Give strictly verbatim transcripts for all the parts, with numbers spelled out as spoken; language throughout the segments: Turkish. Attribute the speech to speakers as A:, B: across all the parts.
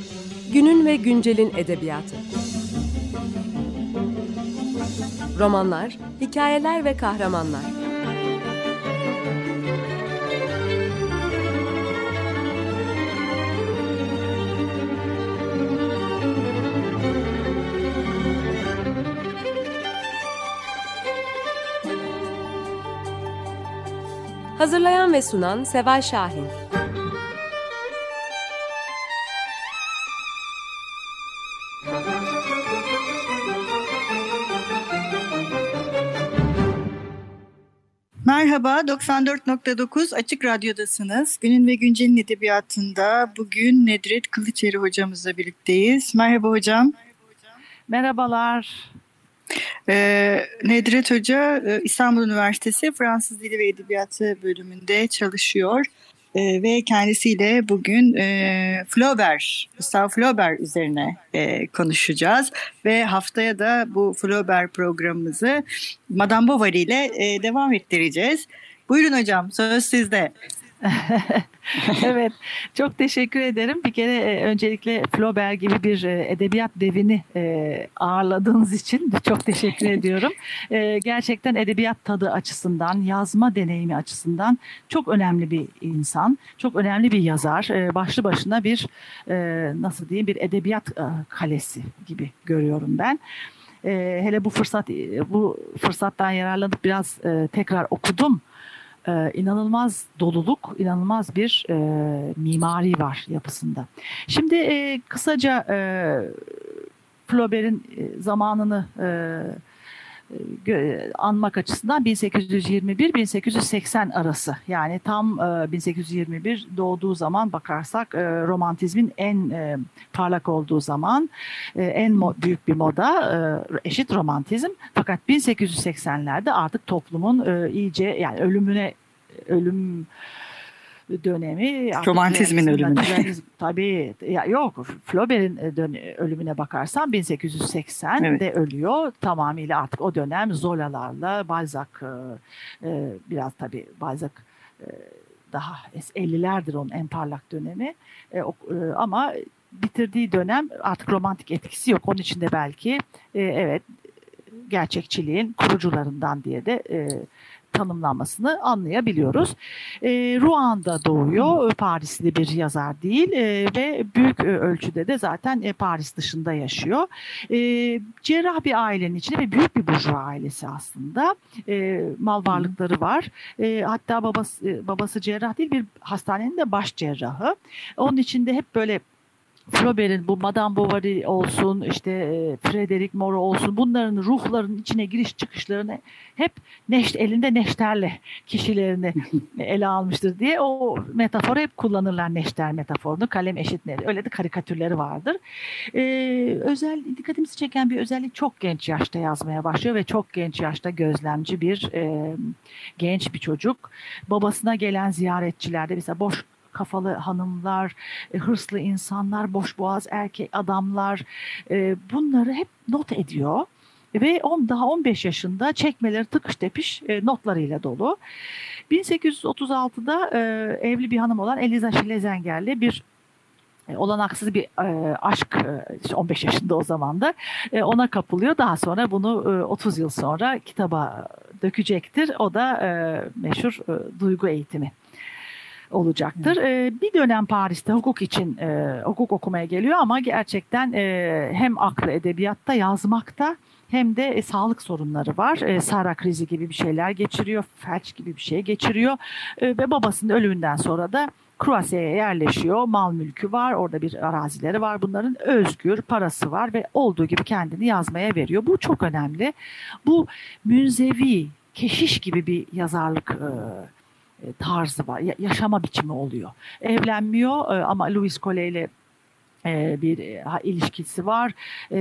A: Günün ve güncelin edebiyatı. Romanlar, hikayeler ve kahramanlar. Hazırlayan ve sunan Seval Şahin.
B: Merhaba, doksan dört nokta dokuz Açık Radyo'dasınız. Günün ve Güncel'in edebiyatında bugün Nedret Kılıçeri hocamızla birlikteyiz. Merhaba hocam.
C: Merhabalar.
B: Ee, Nedret Hoca İstanbul Üniversitesi Fransız Dili ve Edebiyatı bölümünde çalışıyor. Ee, ve kendisiyle bugün e, Flaubert, Gustave Flaubert üzerine e, konuşacağız. Ve haftaya da bu Flaubert programımızı Madame Bovary ile e, devam ettireceğiz. Buyurun hocam, söz sizde.
C: Evet, çok teşekkür ederim. Bir kere e, öncelikle Flaubert gibi bir e, edebiyat devini e, ağırladığınız için çok teşekkür ediyorum. E, gerçekten edebiyat tadı açısından, yazma deneyimi açısından çok önemli bir insan, çok önemli bir yazar. E, başlı başına bir e, nasıl diyeyim bir edebiyat e, kalesi gibi görüyorum ben. E, hele bu fırsat bu fırsattan yararlanıp biraz e, tekrar okudum. Ee, inanılmaz doluluk, inanılmaz bir e, mimari var yapısında. Şimdi e, kısaca e, Flaubert'in e, zamanını e, gö- anmak açısından bin sekiz yüz yirmi bir bin sekiz yüz seksen arası, yani tam e, bin sekiz yüz yirmi bir doğduğu zaman bakarsak e, romantizmin en e, parlak olduğu zaman, e, en mo- büyük bir moda e, eşit romantizm. Fakat bin sekiz yüz seksenlerde artık toplumun e, iyice, yani ölümüne ölüm dönemi,
B: Romantizmin ölümüne.
C: Tabii ya, yok, Flaubert'in dön- ölümüne bakarsan bin sekiz yüz seksende evet. ölüyor. Tamamıyla artık o dönem Zola'larla, Balzac e, biraz tabii Balzac e, daha ellilerdir onun en parlak dönemi. E, o, e, ama bitirdiği dönem artık romantik etkisi yok. Onun için de belki e, evet gerçekçiliğin kurucularından diye de e, tanımlanmasını anlayabiliyoruz. E, Rouen'da doğuyor. Parisli bir yazar değil e, ve büyük ölçüde de zaten e, Paris dışında yaşıyor. E, cerrah bir ailenin içinde ve büyük bir burjuva ailesi aslında. E, mal varlıkları var. E, hatta babası, e, babası cerrah değil, bir hastanenin de baş cerrahı. Onun içinde hep böyle Flaubert'in bu Madame Bovary olsun, işte Frederic Moreau olsun, bunların ruhlarının içine giriş çıkışlarını hep neşt, elinde neşterle kişilerini ele almıştır diye o metaforu hep kullanırlar, neşter metaforunu. Kalem eşit ne? Öyle de karikatürleri vardır. Ee, özel dikkatimizi çeken bir özellik, çok genç yaşta yazmaya başlıyor ve çok genç yaşta gözlemci bir e, genç bir çocuk. Babasına gelen ziyaretçilerde mesela boş kafalı hanımlar, e, hırslı insanlar, boşboğaz erkek adamlar, e, bunları hep not ediyor. Ve on, daha on beş yaşında çekmeleri tıkış tepiş e, notlarıyla dolu. bin sekiz yüz otuz altıda e, evli bir hanım olan Eliza Schlesinger'le bir e, olanaksız bir e, aşk, e, on beş yaşında o zaman da e, ona kapılıyor. Daha sonra bunu e, otuz yıl sonra kitaba dökecektir. O da e, meşhur e, duygu eğitimi olacaktır. Ee, bir dönem Paris'te hukuk için e, hukuk okumaya geliyor ama gerçekten e, hem aklı edebiyatta, yazmakta hem de e, sağlık sorunları var. E, Sara krizi gibi bir şeyler geçiriyor, felç gibi bir şey geçiriyor e, ve babasının ölümünden sonra da Croisset'e yerleşiyor. Mal mülkü var, orada bir arazileri var. Bunların özgür, parası var ve olduğu gibi kendini yazmaya veriyor. Bu çok önemli. Bu münzevi, keşiş gibi bir yazarlık e, tarzı var, yaşama biçimi oluyor. Evlenmiyor ama Louis Collet ile bir ilişkisi var.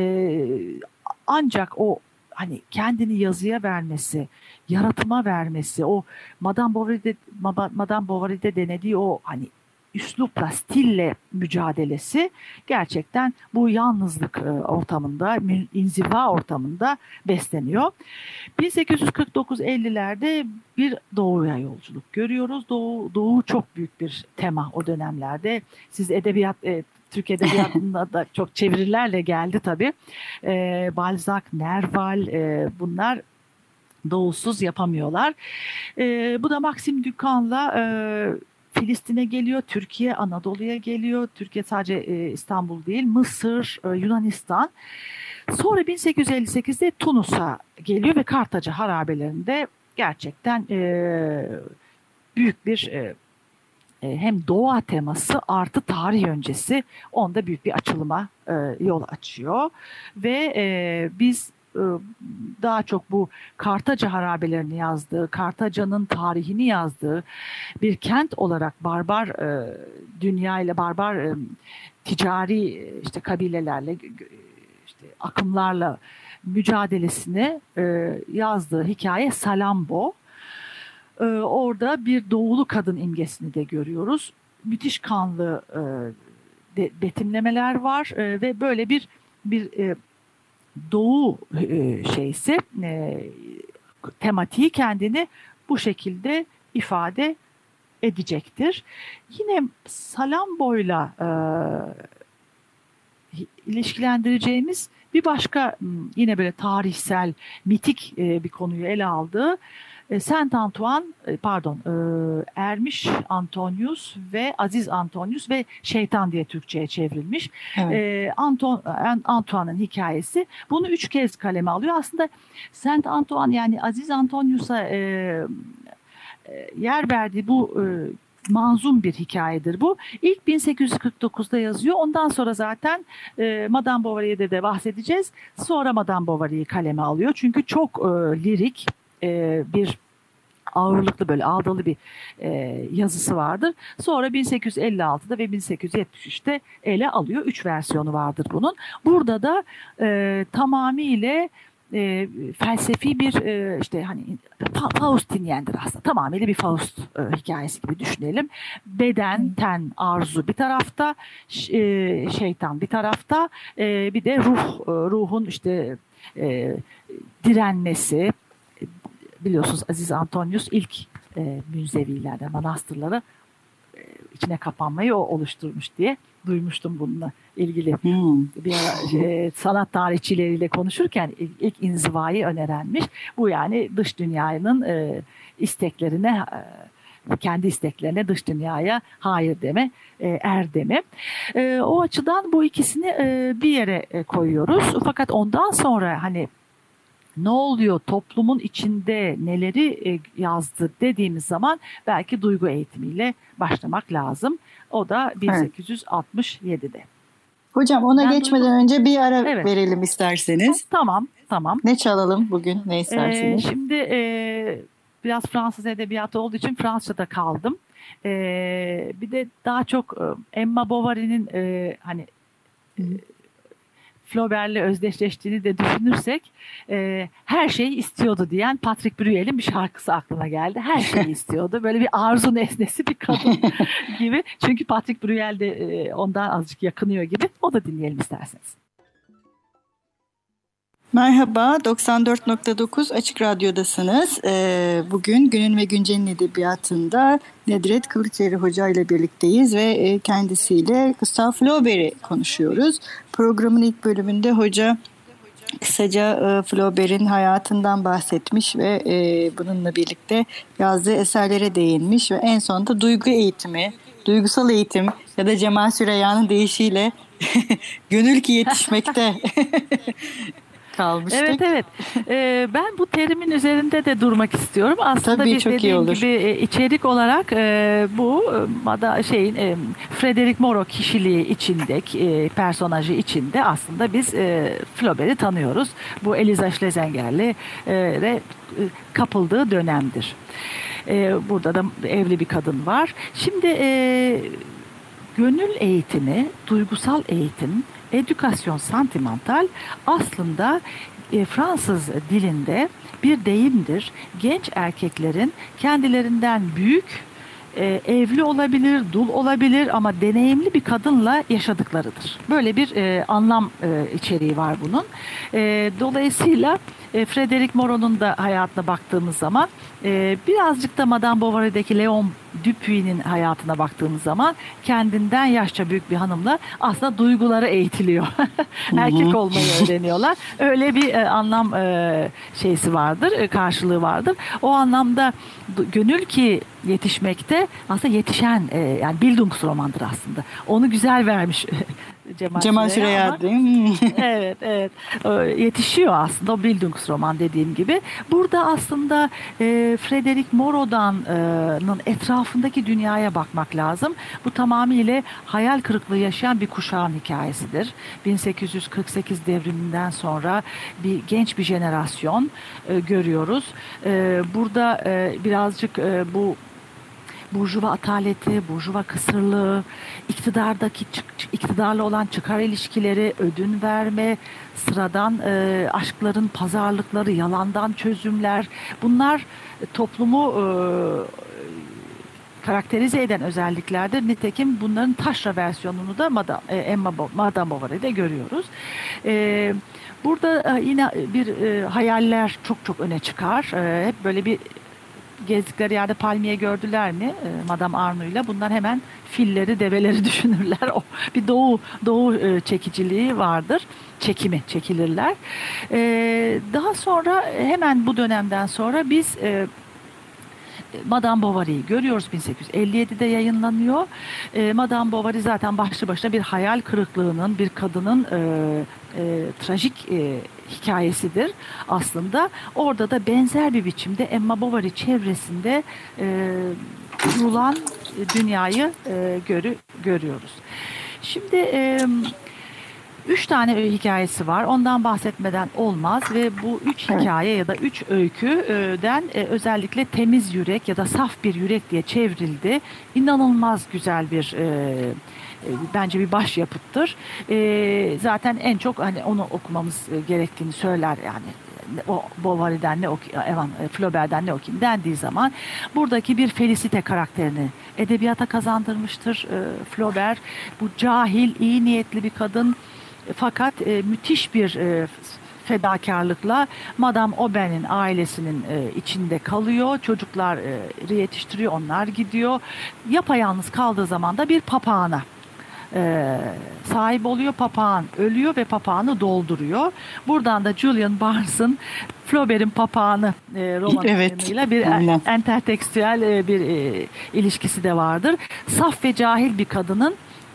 C: Ancak o hani kendini yazıya vermesi, yaratıma vermesi, o Madame Bovary'de Madame Bovary'de denediği o hani üslupla, stille mücadelesi gerçekten bu yalnızlık ortamında, inziva ortamında besleniyor. bin sekiz yüz kırk dokuz ellilerde bir doğuya yolculuk görüyoruz. Doğu, doğu çok büyük bir tema o dönemlerde. Siz edebiyat, Türk Edebiyatı'nda da çok çevirilerle geldi tabii. E, Balzac, Nerval e, bunlar doğusuz yapamıyorlar. E, bu da Maxim Ducan'la e, Filistin'e geliyor, Türkiye, Anadolu'ya geliyor. Türkiye sadece e, İstanbul değil, Mısır, e, Yunanistan. Sonra bin sekiz yüz elli sekizde Tunus'a geliyor ve Kartaca harabelerinde gerçekten e, büyük bir e, hem doğa teması artı tarih öncesi onda büyük bir açılıma e, yol açıyor. Ve e, biz e, daha çok bu Kartaca harabelerini yazdığı, Kartaca'nın tarihini yazdığı bir kent olarak barbar e, dünya ile barbar e, ticari işte kabilelerle işte akımlarla mücadelesini e, yazdığı hikaye Salambo. Ee, orada bir doğulu kadın imgesini de görüyoruz. Müthiş kanlı e, de, betimlemeler var e, ve böyle bir bir e, doğu e, şeysi e, tematiği kendini bu şekilde ifade edecektir. Yine Salambo'yla e, ilişkilendireceğimiz bir başka yine böyle tarihsel, mitik e, bir konuyu ele aldığı Saint Antoine, pardon, Ermiş Antonius ve Aziz Antonius ve Şeytan diye Türkçe'ye çevrilmiş. Evet. Anton, Antoine'ın hikayesi. Bunu üç kez kaleme alıyor. Aslında Saint Antoine yani Aziz Antonius'a yer verdiği bu manzum bir hikayedir bu. İlk bin sekiz yüz kırk dokuzda yazıyor. Ondan sonra zaten e, Madame Bovary'de de bahsedeceğiz. Sonra Madame Bovary'yi kaleme alıyor. Çünkü çok e, lirik e, bir ağırlıklı böyle ağdalı bir e, yazısı vardır. Sonra bin sekiz yüz elli altıda ve bin sekiz yüz yetmiş üçte ele alıyor. Üç versiyonu vardır bunun. Burada da e, tamamıyla e, felsefi bir e, işte hani Faustinyendir aslında. Tamamıyla bir Faust e, hikayesi gibi düşünelim. Beden, ten, arzu bir tarafta, e, şeytan bir tarafta, e, bir de ruh, e, ruhun işte e, direnmesi. Biliyorsunuz Aziz Antonius ilk e, münzevilerden, manastırları e, içine kapanmayı o oluşturmuş diye duymuştum bununla ilgili. Hmm. Bir ara, e, sanat tarihçileriyle konuşurken ilk, ilk inzivayı önerenmiş. Bu yani dış dünyanın e, isteklerine, e, kendi isteklerine dış dünyaya hayır deme, e, er deme. E, o açıdan bu ikisini e, bir yere e, koyuyoruz. Fakat ondan sonra hani ne oluyor toplumun içinde neleri e, yazdı dediğimiz zaman belki duygu eğitimiyle başlamak lazım. O da bin sekiz yüz altmış yedide.
B: Hocam ona ben geçmeden duygu... önce bir ara evet. verelim isterseniz.
C: Tamam, tamam.
B: Ne çalalım bugün, ne isterseniz?
C: Ee, şimdi e, biraz Fransız edebiyatı olduğu için Fransızca'da kaldım. E, bir de daha çok e, Emma Bovary'nin e, hani... E, Flaubert'le özdeşleştiğini de düşünürsek e, her şeyi istiyordu diyen Patrick Bruel'in bir şarkısı aklıma geldi. Her şeyi istiyordu. Böyle bir arzu nesnesi bir kadın gibi. Çünkü Patrick Bruel de e, ondan azıcık yakınıyor gibi. O da dinleyelim isterseniz.
B: Merhaba, doksan dört nokta dokuz Açık Radyo'dasınız. Ee, bugün Günün ve Güncel'in edebiyatında Nedret Kılıçeri Hoca ile birlikteyiz ve kendisiyle Gustave Flaubert'i konuşuyoruz. Programın ilk bölümünde hoca kısaca e, Flaubert'in hayatından bahsetmiş ve e, bununla birlikte yazdığı eserlere değinmiş ve en sonunda duygu eğitimi, duygusal eğitim ya da Cemal Süreyya'nın deyişiyle gönül ki yetişmekte kalmıştık.
C: Evet evet. Ee, ben bu terimin üzerinde de durmak istiyorum. Aslında
B: Tabii,
C: biz
B: çok
C: dediğim
B: iyi
C: gibi e, içerik olarak e, bu da şeyin e, Frederic Moreau kişiliği içinde, e, personajı içinde aslında biz e, Flaubert'i tanıyoruz. Bu Eliza Schlesinger'le e, kapıldığı dönemdir. E, burada da evli bir kadın var. Şimdi e, gönül eğitimi, duygusal eğitim, edükasyon santimental aslında e, Fransız dilinde bir deyimdir. Genç erkeklerin kendilerinden büyük, e, evli olabilir, dul olabilir ama deneyimli bir kadınla yaşadıklarıdır. Böyle bir e, anlam e, içeriği var bunun. E, dolayısıyla E, Frédéric Moreau'nun da hayatına baktığımız zaman e, birazcık da Madame Bovary'deki Léon Dupuy'nin hayatına baktığımız zaman kendinden yaşça büyük bir hanımla aslında duyguları eğitiliyor. Erkek olmayı öğreniyorlar. Öyle bir e, anlam e, şeysi vardır, e, karşılığı vardır. O anlamda gönül ki yetişmekte aslında yetişen e, yani Bildungsromandır aslında. Onu güzel vermiş Cemal,
B: Cemal Süreyya değil mi?
C: Evet, evet. Yetişiyor aslında o Bildungsroman dediğim gibi. Burada aslında e, Frédéric Moreau'nun etrafındaki dünyaya bakmak lazım. Bu tamamıyla hayal kırıklığı yaşayan bir kuşağın hikayesidir. bin sekiz yüz kırk sekiz devriminden sonra bir genç bir jenerasyon e, görüyoruz. E, burada e, birazcık e, bu burjuva ataleti, burjuva kısırlığı, iktidardaki iktidarla olan çıkar ilişkileri, ödün verme, sıradan e, aşkların pazarlıkları, yalandan çözümler, bunlar toplumu e, karakterize eden özelliklerdir. Nitekim bunların taşra versiyonunu da Madame, e, Emma Bo, Madame Bovary'de görüyoruz. E, burada e, yine bir e, hayaller çok çok öne çıkar. E, hep böyle bir gezdikleri yerde palmiye gördüler mi e, Madame Arno'yla bunlar hemen filleri, develeri düşünürler. O bir doğu doğu e, çekiciliği vardır. Çekimi çekilirler. E, daha sonra hemen bu dönemden sonra biz e, Madame Bovary'yi görüyoruz. bin sekiz yüz elli yedide yayınlanıyor. E, Madame Bovary zaten başlı başına bir hayal kırıklığının, bir kadının e, e, trajik e, hikayesidir aslında. Orada da benzer bir biçimde Emma Bovary çevresinde e, kurulan dünyayı e, görü, görüyoruz. Şimdi e, üç tane hikayesi var. Ondan bahsetmeden olmaz ve bu üç hikaye ya da üç öyküden e, özellikle Temiz Yürek ya da Saf Bir Yürek diye çevrildi. İnanılmaz güzel bir e, e, bence bir başyapıttır. E, zaten en çok hani onu okumamız gerektiğini söyler yani. O Bovary'den ne okuyayım, Flaubert'den ne okuyayım dendiği zaman buradaki bir Felicite karakterini edebiyata kazandırmıştır e, Flaubert. Bu cahil, iyi niyetli bir kadın fakat e, müthiş bir e, fedakarlıkla Madame Aubaine'in ailesinin e, içinde kalıyor. Çocuklar e, yetiştiriyor, onlar gidiyor. Yapayalnız kaldığı zaman da bir papağana e, sahip oluyor. Papağan ölüyor ve papağanı dolduruyor. Buradan da Julian Barnes'ın Flaubert'in papağanı e, romanıyla evet, bir aynen. entertekstüel e, bir e, ilişkisi de vardır. Saf ve cahil bir kadının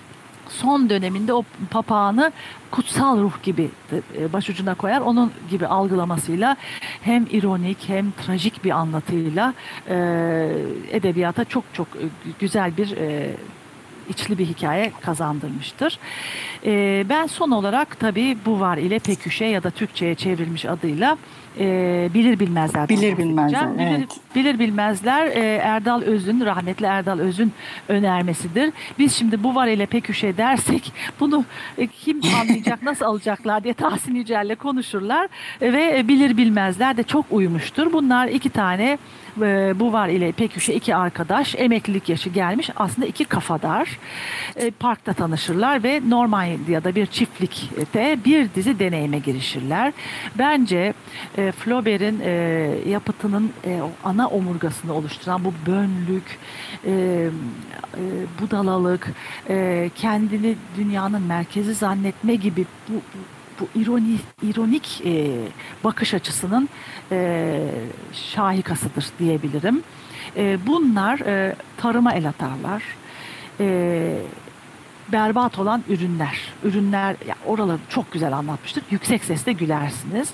C: son döneminde o papağanı kutsal ruh gibi başucuna koyar. Onun gibi algılamasıyla hem ironik hem trajik bir anlatıyla e, edebiyata çok çok güzel bir e, içli bir hikaye kazandırmıştır. E, ben son olarak tabii Bouvard ile Peküşe ya da Türkçe'ye çevrilmiş adıyla e, Bilir Bilmezler.
B: Bilir Bilmezler,
C: bilir,
B: evet.
C: Bilir Bilmezler e, Erdal Öz'ün, rahmetli Erdal Öz'ün önermesidir. Biz şimdi Bouvard ile Peküşe dersek bunu e, kim anlayacak, nasıl alacaklar diye Tahsin Yücel'le konuşurlar e, ve e, Bilir Bilmezler de çok uyumuştur. Bunlar iki tane e, Bouvard ile Peküşe iki arkadaş, emeklilik yaşı gelmiş aslında iki kafadar. E, parkta tanışırlar ve Normandiya'da bir çiftlikte bir dizi deneyime girişirler. Bence e, Flaubert'in e, yapıtının e, o ana omurgasını oluşturan bu bönlük, e, e, budalalık, e, kendini dünyanın merkezi zannetme gibi bu, bu, bu ironi, ironik e, bakış açısının e, şahikasıdır diyebilirim. E, bunlar e, tarıma el atarlar. E, berbat olan ürünler. Ürünler ya oraları çok güzel anlatmıştır. Yüksek sesle gülersiniz.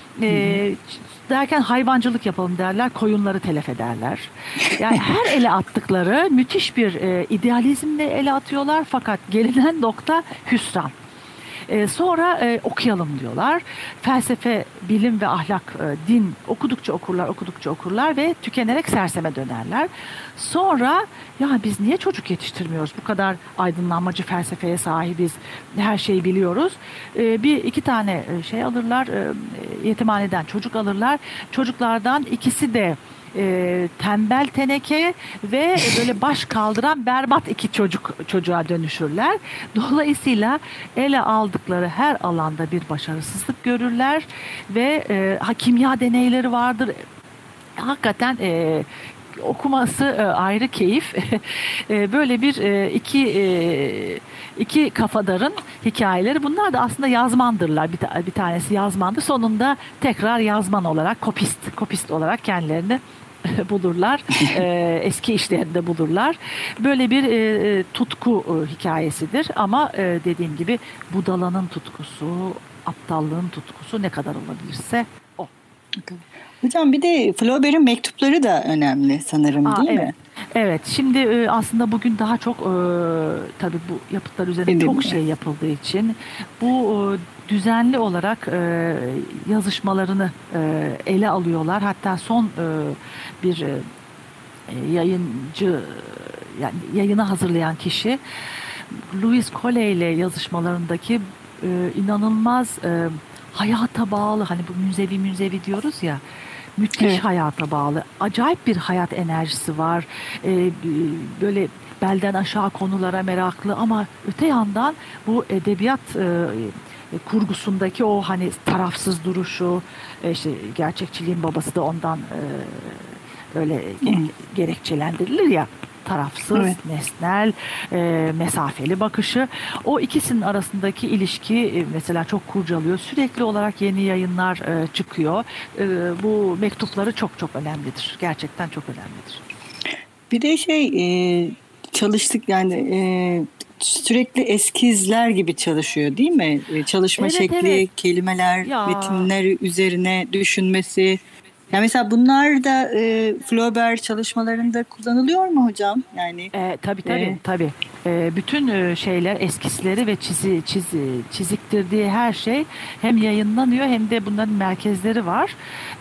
C: E, derken hayvancılık yapalım derler, koyunları telef ederler. Yani her ele attıkları müthiş bir e, idealizmle ele atıyorlar fakat gelinen nokta hüsran. E, sonra e, okuyalım diyorlar. Felsefe, bilim ve ahlak, e, din okudukça okurlar, okudukça okurlar ve tükenerek serseme dönerler. Sonra ya biz niye çocuk yetiştirmiyoruz? Bu kadar aydınlanmacı felsefeye sahibiz, her şeyi biliyoruz. E, bir iki tane şey alırlar, e, yetimhaneden çocuk alırlar. Çocuklardan ikisi de e, tembel teneke ve böyle baş kaldıran berbat iki çocuk çocuğa dönüşürler. Dolayısıyla ele aldıkları her alanda bir başarısızlık görürler ve e, ha, kimya deneyleri vardır. Hakikaten e, okuması e, ayrı keyif. e, böyle bir e, iki e, iki kafadarın hikayeleri. Bunlar da aslında yazmandırlar. Bir, ta- bir tanesi yazmandır. Sonunda tekrar yazman olarak, kopist, kopist olarak kendilerini bulurlar. e, eski işlerinde bulurlar. Böyle bir e, tutku e, hikayesidir. Ama e, dediğim gibi budalanın tutkusu, aptallığın tutkusu ne kadar olabilirse o.
B: Hocam bir de Flaubert'in mektupları da önemli sanırım,
C: Aa,
B: değil
C: evet.
B: mi?
C: Evet, şimdi e, aslında bugün daha çok e, tabii bu yapıtlar üzerine
B: Değil
C: çok
B: mi?
C: şey yapıldığı için bu e, düzenli olarak e, yazışmalarını e, ele alıyorlar. Hatta son e, bir e, yayıncı, yani yayını hazırlayan kişi Louis Collet ile yazışmalarındaki e, inanılmaz e, hayata bağlı, hani bu münzevi münzevi diyoruz ya, müthiş
B: Evet.
C: hayata bağlı, acayip bir hayat enerjisi var. Ee, böyle belden aşağı konulara meraklı ama öte yandan bu edebiyat e, kurgusundaki o hani tarafsız duruşu, e, işte gerçekçiliğin babası da ondan e, öyle ge- gerekçelendirilir ya. Tarafsız,
B: Evet.
C: nesnel, e, mesafeli bakışı. O ikisinin arasındaki ilişki e, mesela çok kurcalıyor. Sürekli olarak yeni yayınlar e, çıkıyor. E, bu mektupları çok çok önemlidir. Gerçekten çok önemlidir.
B: Bir de şey e, çalıştık yani e, sürekli eskizler gibi çalışıyor, değil mi? E, çalışma
C: Evet,
B: şekli,
C: evet.
B: kelimeler,
C: Ya.
B: metinler üzerine düşünmesi. Yani mesela bunlar da e, Flaubert çalışmalarında kullanılıyor mu hocam? Yani
C: E, tabii tabii
B: e,
C: tabii. E, bütün e, şeyler, eskisleri ve çizi, çizi, çiziktirdiği her şey hem yayınlanıyor hem de bunların merkezleri var.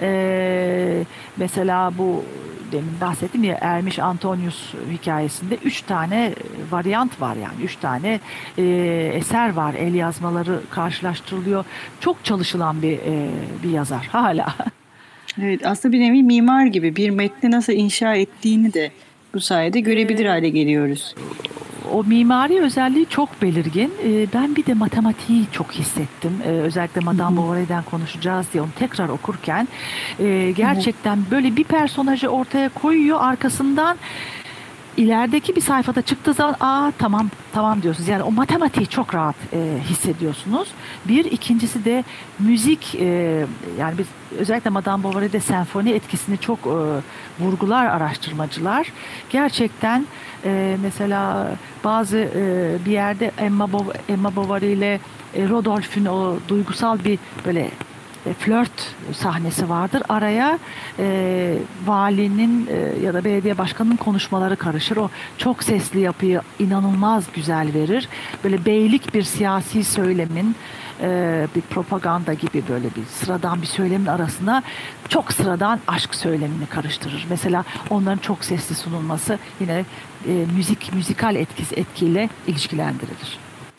C: E, mesela bu demin bahsettim ya, Ermiş Antonius hikayesinde üç tane varyant var, yani üç tane e, eser var. El yazmaları karşılaştırılıyor. Çok çalışılan bir e, bir yazar hala.
B: evet, aslında bir nevi mimar gibi bir metni nasıl inşa ettiğini de bu sayede görebilir hale geliyoruz.
C: O mimari özelliği çok belirgin. Ee, ben bir de matematiği çok hissettim. Ee, özellikle Madame Bovary'den konuşacağız diye onu tekrar okurken e, gerçekten böyle bir personajı ortaya koyuyor, arkasından ilerideki bir sayfada çıktığı zaman aa tamam tamam diyorsunuz. Yani o matematiği çok rahat e, hissediyorsunuz. Bir ikincisi de müzik, e, yani biz özellikle Madame Bovary'de senfoni etkisini çok e, vurgular araştırmacılar. Gerçekten e, mesela bazı e, bir yerde Emma, Bo- Emma Bovary ile e, Rodolphe'ün o duygusal bir böyle e, flört sahnesi vardır. Araya e, valinin e, ya da belediye başkanının konuşmaları karışır. O çok sesli yapıyı inanılmaz güzel verir. Böyle beylik bir siyasi söylemin, e, bir propaganda gibi böyle bir sıradan bir söylemin arasına çok sıradan aşk söylemini karıştırır. Mesela onların çok sesli sunulması yine e, müzik müzikal etkisi etkiyle ilişkilendirilir.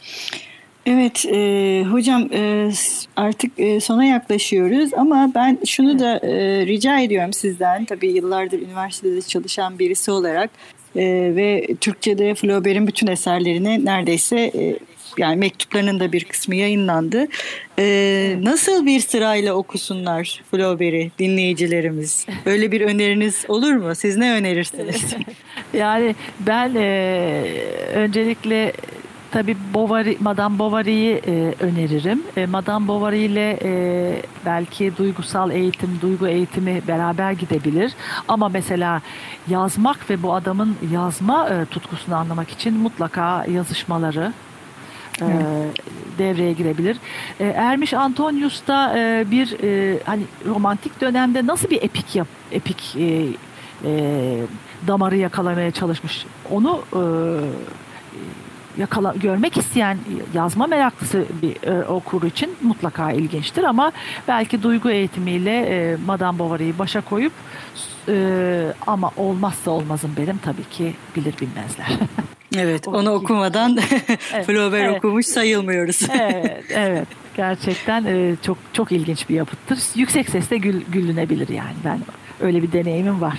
B: Evet e, hocam e, artık e, sona yaklaşıyoruz ama ben şunu da e, rica ediyorum sizden, tabii yıllardır üniversitede çalışan birisi olarak e, ve Türkçe'de Flaubert'in bütün eserlerini neredeyse e, yani mektuplarının da bir kısmı yayınlandı. E, nasıl bir sırayla okusunlar Flaubert'i dinleyicilerimiz? Böyle bir öneriniz olur mu? Siz ne önerirsiniz?
C: Yani ben e, öncelikle tabii Bovary, Madame Bovary'yi e, öneririm. E, Madame Bovary ile e, belki duygusal eğitim, duygu eğitimi beraber gidebilir. Ama mesela yazmak ve bu adamın yazma e, tutkusunu anlamak için mutlaka yazışmaları e, devreye girebilir. E, Ermiş Antonius da e, bir e, hani romantik dönemde nasıl bir epik yap, epik e, e, damarı yakalamaya çalışmış. Onu e, yakala, görmek isteyen yazma meraklısı bir e, okur için mutlaka ilginçtir ama belki duygu eğitimiyle e, Madame Bovary'yi başa koyup e, ama olmazsa olmazım benim tabii ki bilir bilmezler.
B: Evet, onu okumadan
C: Evet,
B: Flaubert
C: evet.
B: okumuş sayılmıyoruz.
C: Evet, evet. Gerçekten e, çok çok ilginç bir yapıttır. Yüksek sesle gül, gülünebilir yani. Ben öyle bir deneyimim var.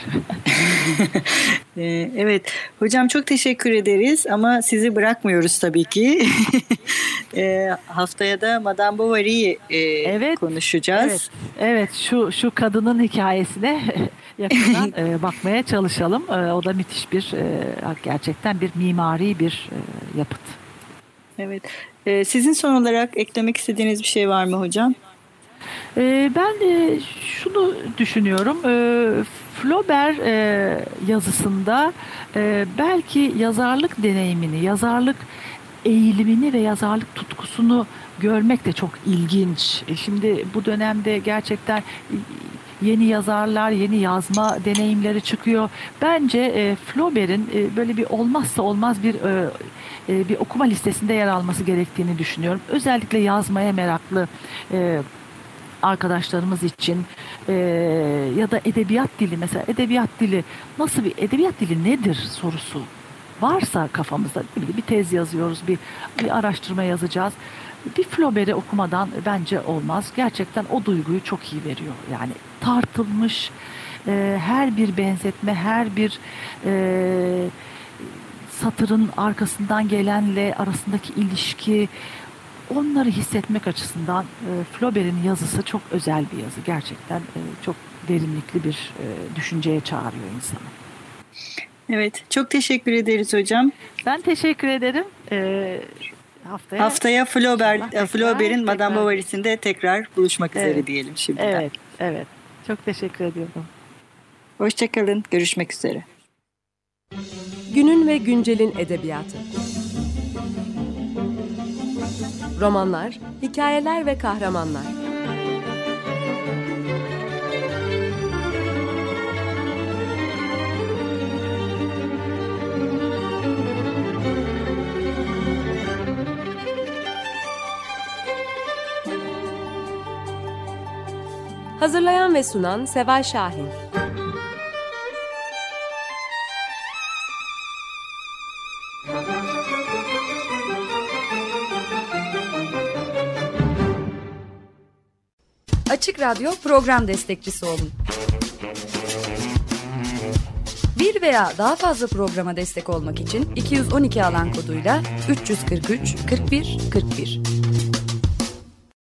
B: Evet, hocam çok teşekkür ederiz ama sizi bırakmıyoruz tabii ki. e, haftaya da Madame Bovary'yi e, evet, konuşacağız.
C: Evet, evet şu şu kadının hikayesine yakından e, bakmaya çalışalım. E, o da müthiş bir, e, gerçekten bir mimari bir e, yapıt.
B: Evet, e, sizin son olarak eklemek istediğiniz bir şey var mı hocam?
C: E, ben e, şunu düşünüyorum. E, Flaubert e, yazısında e, belki yazarlık deneyimini, yazarlık eğilimini ve yazarlık tutkusunu görmek de çok ilginç. E, şimdi bu dönemde gerçekten yeni yazarlar, yeni yazma deneyimleri çıkıyor. Bence e, Flaubert'in e, böyle bir olmazsa olmaz bir e, e, bir okuma listesinde yer alması gerektiğini düşünüyorum. Özellikle yazmaya meraklı e, arkadaşlarımız için e, ya da edebiyat dili, mesela edebiyat dili nasıl bir edebiyat dili nedir sorusu varsa kafamızda, bir tez yazıyoruz, bir, bir araştırma yazacağız. Bir Flaubert'i okumadan bence olmaz. Gerçekten o duyguyu çok iyi veriyor. Yani tartılmış e, her bir benzetme, her bir e, satırın arkasından gelenle arasındaki ilişki, onları hissetmek açısından e, Flaubert'in yazısı çok özel bir yazı. Gerçekten e, çok derinlikli bir e, düşünceye çağırıyor insanı.
B: Evet, çok teşekkür ederiz hocam.
C: Ben teşekkür ederim. E, haftaya
B: haftaya Flaubert, Flaubert'in Madame Bovary'sinde tekrar buluşmak evet. üzere diyelim şimdiden.
C: Evet, evet. Çok teşekkür ediyorum.
B: Hoşçakalın, görüşmek üzere.
A: Günün ve güncelin edebiyatı. Romanlar, hikayeler ve kahramanlar. Hazırlayan ve sunan Seval Şahin.
D: Açık Radyo program destekçisi olun. Bir veya daha fazla programa destek olmak için iki yüz on iki alan koduyla üç yüz kırk üç kırk bir kırk bir